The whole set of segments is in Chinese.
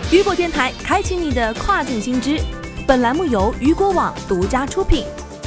雨果电台开启你的跨境新知，本栏目由雨果网独家出品。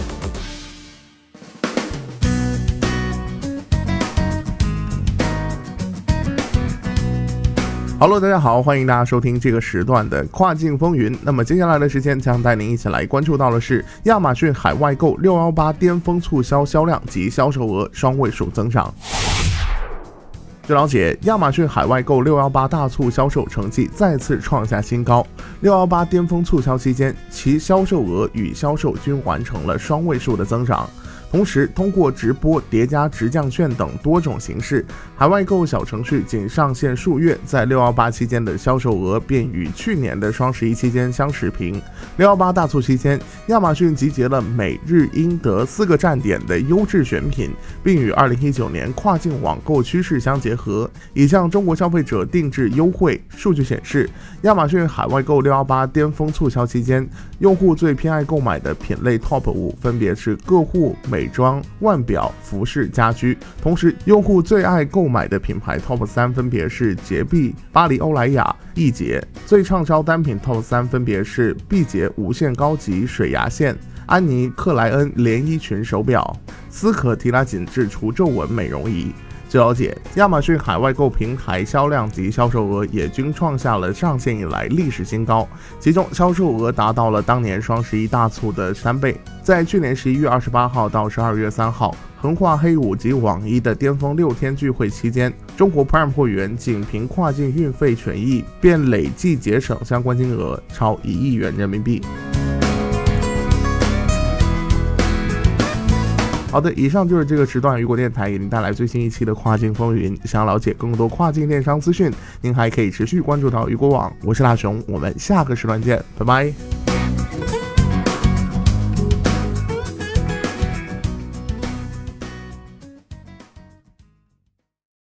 Hello， 大家好，欢迎大家收听这个时段的跨境风云。那么接下来的时间将带您一起来关注到的是亚马逊海外购618巅峰促销销量及销售额双位数增长。据了解，亚马逊海外购618大促销售成绩再次创下新高。618巅峰促销期间，其销售额与销售均完成了双位数的增长。同时，通过直播、叠加直降券等多种形式，海外购小程序仅上线数月，在618期间的销售额便与去年的双11期间相持平。618大促期间，亚马逊集结了美、日、英、德4个站点的优质选品，并与2019年跨境网购趋势相结合，以向中国消费者定制优惠。数据显示，亚马逊海外购618巅峰促销期间，用户最偏爱购买的品类 Top 5分别是个护、美妆、腕表、服饰、家居。同时，用户最爱购买的品牌 Top 3分别是洁碧、巴黎欧莱雅、易洁。最畅销单品 Top 3分别是碧洁无线高级水牙线、安妮克莱恩连衣裙手表、斯可提拉紧致除皱纹美容仪。据了解，亚马逊海外购平台销量及销售额也均创下了上线以来历史新高，其中销售额达到了当年双11大促的3倍。在去年11月28号到12月3号，横跨黑五及网易的巅峰6天聚会期间，中国 Prime 会员仅凭跨境运费权益便累计节省相关金额超1亿元人民币。好的，以上就是这个时段雨果电台给您带来最新一期的跨境风云。想要了解更多跨境电商资讯，您还可以持续关注到雨果网。我是大熊，我们下个时段见，拜拜。